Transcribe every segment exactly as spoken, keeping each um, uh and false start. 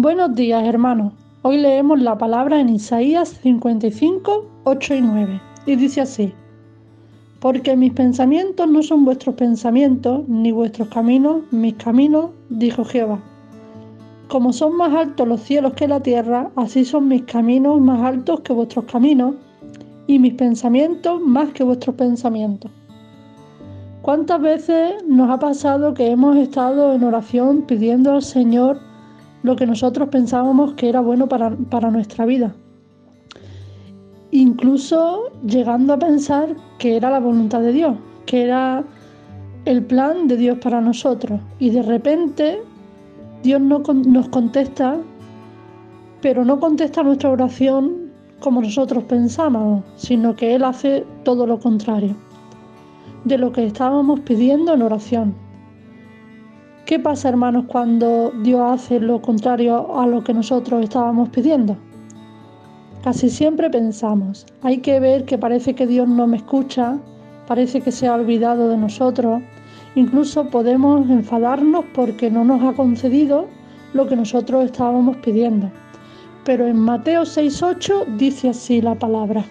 Buenos días, hermanos. Hoy leemos la palabra en Isaías cincuenta y cinco, ocho y nueve. Y dice así: Porque mis pensamientos no son vuestros pensamientos, ni vuestros caminos mis caminos, dijo Jehová. Como son más altos los cielos que la tierra, así son mis caminos más altos que vuestros caminos, y mis pensamientos más que vuestros pensamientos. ¿Cuántas veces nos ha pasado que hemos estado en oración pidiendo al Señor lo que nosotros pensábamos que era bueno para, para nuestra vida? Incluso llegando a pensar que era la voluntad de Dios, que era el plan de Dios para nosotros. Y de repente Dios no, nos contesta, pero no contesta nuestra oración como nosotros pensábamos, sino que Él hace todo lo contrario de lo que estábamos pidiendo en oración. ¿Qué pasa, hermanos, cuando Dios hace lo contrario a lo que nosotros estábamos pidiendo? Casi siempre pensamos, hay que ver que parece que Dios no me escucha, parece que se ha olvidado de nosotros. Incluso podemos enfadarnos porque no nos ha concedido lo que nosotros estábamos pidiendo. Pero en Mateo seis ocho dice así la palabra: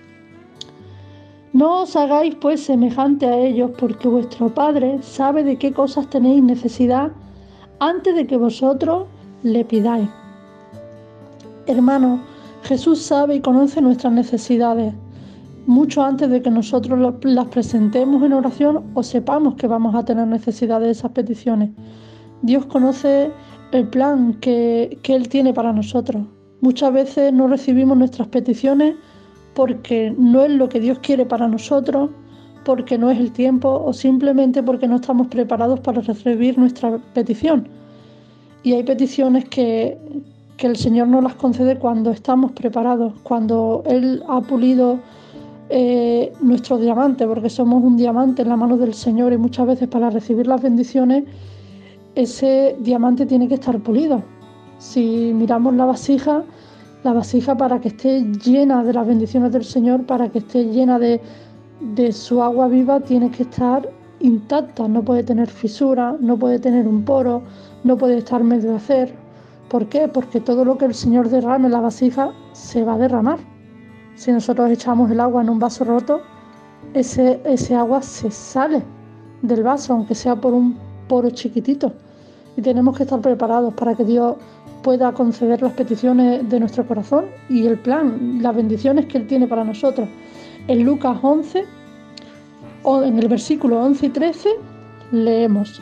No os hagáis pues semejante a ellos, porque vuestro Padre sabe de qué cosas tenéis necesidad antes de que vosotros le pidáis. Hermanos, Jesús sabe y conoce nuestras necesidades mucho antes de que nosotros las presentemos en oración o sepamos que vamos a tener necesidad de esas peticiones. Dios conoce el plan que, que Él tiene para nosotros. Muchas veces no recibimos nuestras peticiones porque no es lo que Dios quiere para nosotros, porque no es el tiempo o simplemente porque no estamos preparados para recibir nuestra petición. Y hay peticiones que, que el Señor nos las concede cuando estamos preparados, cuando Él ha pulido eh, nuestro diamante, porque somos un diamante en la mano del Señor, y muchas veces para recibir las bendiciones ese diamante tiene que estar pulido. Si miramos la vasija, la vasija para que esté llena de las bendiciones del Señor, para que esté llena de, de su agua viva, tiene que estar intacta, no puede tener fisura, no puede tener un poro, no puede estar medio de hacer. ¿Por qué? Porque todo lo que el Señor derrame en la vasija se va a derramar. Si nosotros echamos el agua en un vaso roto, ese, ese agua se sale del vaso, aunque sea por un poro chiquitito. Y tenemos que estar preparados para que Dios pueda conceder las peticiones de nuestro corazón y el plan, las bendiciones que Él tiene para nosotros. En Lucas once, o en el versículo once y trece, leemos: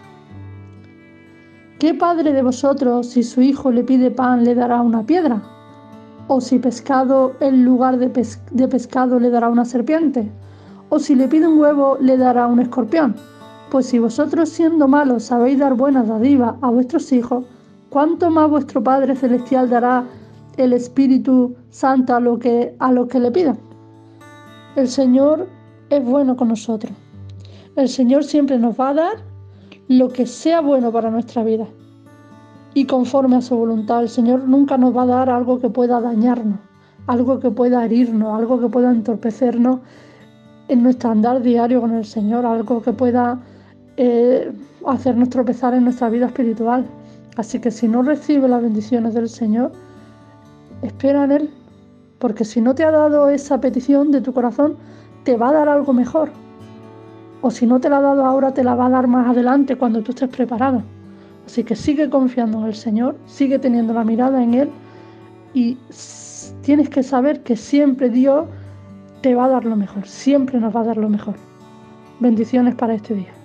¿Qué padre de vosotros, si su hijo le pide pan, le dará una piedra? ¿O si pescado, en lugar de, pes- de pescado, le dará una serpiente? ¿O si le pide un huevo, le dará un escorpión? Pues si vosotros, siendo malos, sabéis dar buenas dádivas a vuestros hijos, ¿cuánto más vuestro Padre Celestial dará el Espíritu Santo a lo que, a los que le pidan? El Señor es bueno con nosotros. El Señor siempre nos va a dar lo que sea bueno para nuestra vida. Y conforme a su voluntad, el Señor nunca nos va a dar algo que pueda dañarnos, algo que pueda herirnos, algo que pueda entorpecernos en nuestro andar diario con el Señor, algo que pueda eh, hacernos tropezar en nuestra vida espiritual. Así que si no recibes las bendiciones del Señor, espera en Él, porque si no te ha dado esa petición de tu corazón, te va a dar algo mejor. O si no te la ha dado ahora, te la va a dar más adelante cuando tú estés preparado. Así que sigue confiando en el Señor, sigue teniendo la mirada en Él y tienes que saber que siempre Dios te va a dar lo mejor, siempre nos va a dar lo mejor. Bendiciones para este día.